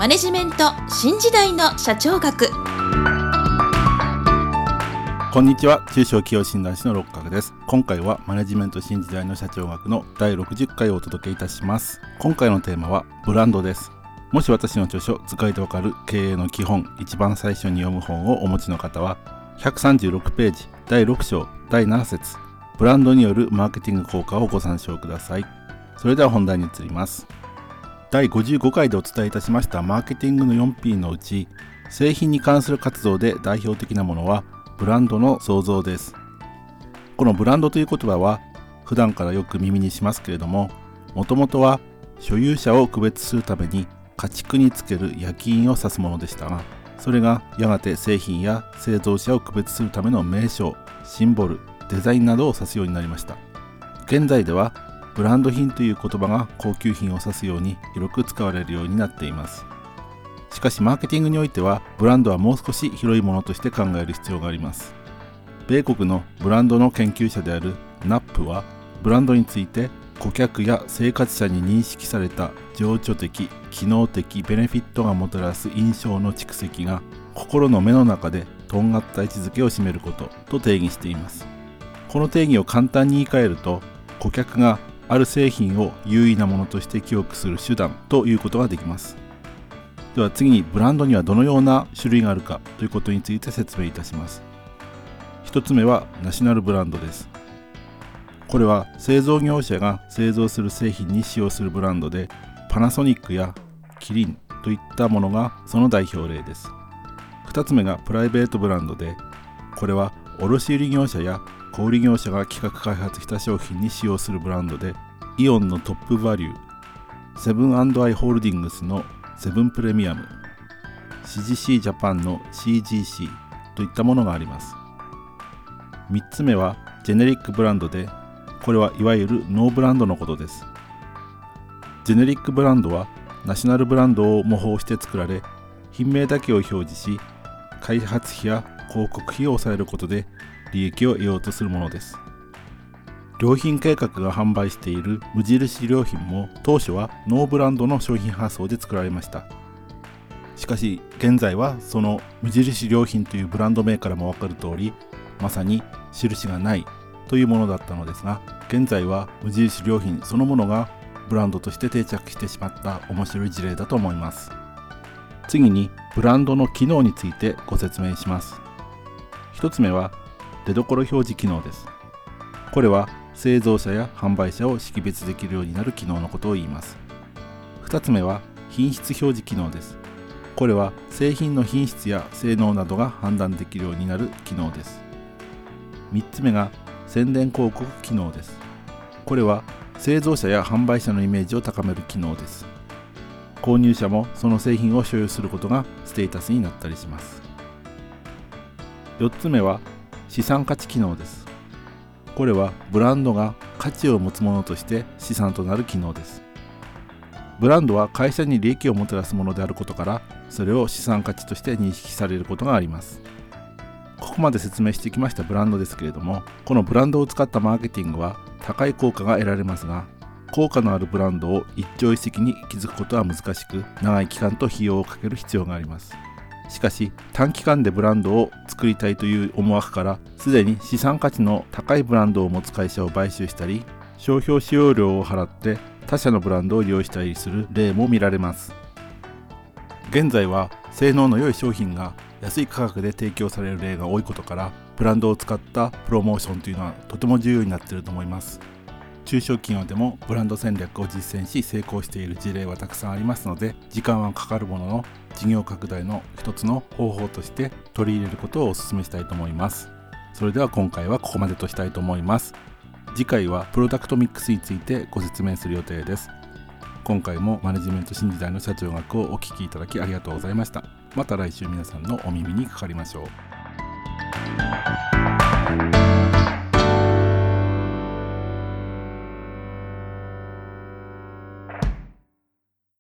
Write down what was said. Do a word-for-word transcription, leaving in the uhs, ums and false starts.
マネジメント新時代の社長学。 こんにちは。中小企業診断士の六角です。今回はマネジメント新時代の社長学のだいろくじゅっかいをお届けいたします。今回のテーマはブランドです。もし私の著書使いでわかる経営の基本、一番最初に読む本をお持ちの方はひゃくさんじゅうろくページだいろく章だいなな節、ブランドによるマーケティング効果をご参照ください。それでは本題に移ります。だいごじゅうごかいでお伝えいたしましたマーケティングの よんピー のうち、製品に関する活動で代表的なものはブランドの創造です。このブランドという言葉は普段からよく耳にしますけれども、もともとは所有者を区別するために家畜につける焼き印を指すものでしたが、それがやがて製品や製造者を区別するための名称、シンボル、デザインなどを指すようになりました。現在ではブランド品という言葉が高級品を指すように広く使われるようになっています。しかしマーケティングにおいてはブランドはもう少し広いものとして考える必要があります。米国のブランドの研究者であるナップは、ブランドについて顧客や生活者に認識された情緒的、機能的ベネフィットがもたらす印象の蓄積が心の目の中でとんがった位置づけを占めることと定義しています。この定義を簡単に言い換えると、顧客がある製品を優位なものとして記憶する手段ということができます。では次にブランドにはどのような種類があるかということについて説明いたします。一つ目はナショナルブランドです。これは製造業者が製造する製品に使用するブランドで、パナソニックやキリンといったものがその代表例です。二つ目がプライベートブランドで、これは卸売業者や小売業者が企画開発した商品に使用するブランドで、イオンのトップバリュー、セブン&アイホールディングスのセブンプレミアム、シージーシー ジャパンの シージーシー といったものがあります。みっつめはジェネリックブランドで、これはいわゆるノーブランドのことです。ジェネリックブランドはナショナルブランドを模倣して作られ、品名だけを表示し、開発費や広告費を抑えることで利益を得ようとするものです。良品計画が販売している無印良品も当初はノーブランドの商品発想で作られました。しかし現在はその無印良品というブランド名からも分かる通り、まさに印がないというものだったのですが、現在は無印良品そのものがブランドとして定着してしまった面白い事例だと思います。次にブランドの機能についてご説明します。一つ目は出所表示機能です。これは製造者や販売者を識別できるようになる機能のことを言います。二つ目は品質表示機能です。これは製品の品質や性能などが判断できるようになる機能です。三つ目が宣伝広告機能です。これは製造者や販売者のイメージを高める機能です。購入者もその製品を所有することがステータスになったりします。よっつめは資産価値機能です。これはブランドが価値を持つものとして資産となる機能です。ブランドは会社に利益をもたらすものであることから、それを資産価値として認識されることがあります。ここまで説明してきましたブランドですけれども、このブランドを使ったマーケティングは高い効果が得られますが、効果のあるブランドを一朝一夕に築くことは難しく、長い期間と費用をかける必要があります。しかし短期間でブランドを作りたいという思惑から、すでに資産価値の高いブランドを持つ会社を買収したり、商標使用料を払って他社のブランドを利用したりする例も見られます。現在は性能の良い商品が安い価格で提供される例が多いことから、ブランドを使ったプロモーションというのはとても重要になっていると思います。中小企業でもブランド戦略を実践し成功している事例はたくさんありますので、時間はかかるものの事業拡大の一つの方法として取り入れることをお勧めしたいと思います。それでは今回はここまでとしたいと思います。次回はプロダクトミックスについてご説明する予定です。今回もマネジメント新時代の社長学をお聞きいただきありがとうございました。また来週皆さんのお耳にかかりましょう。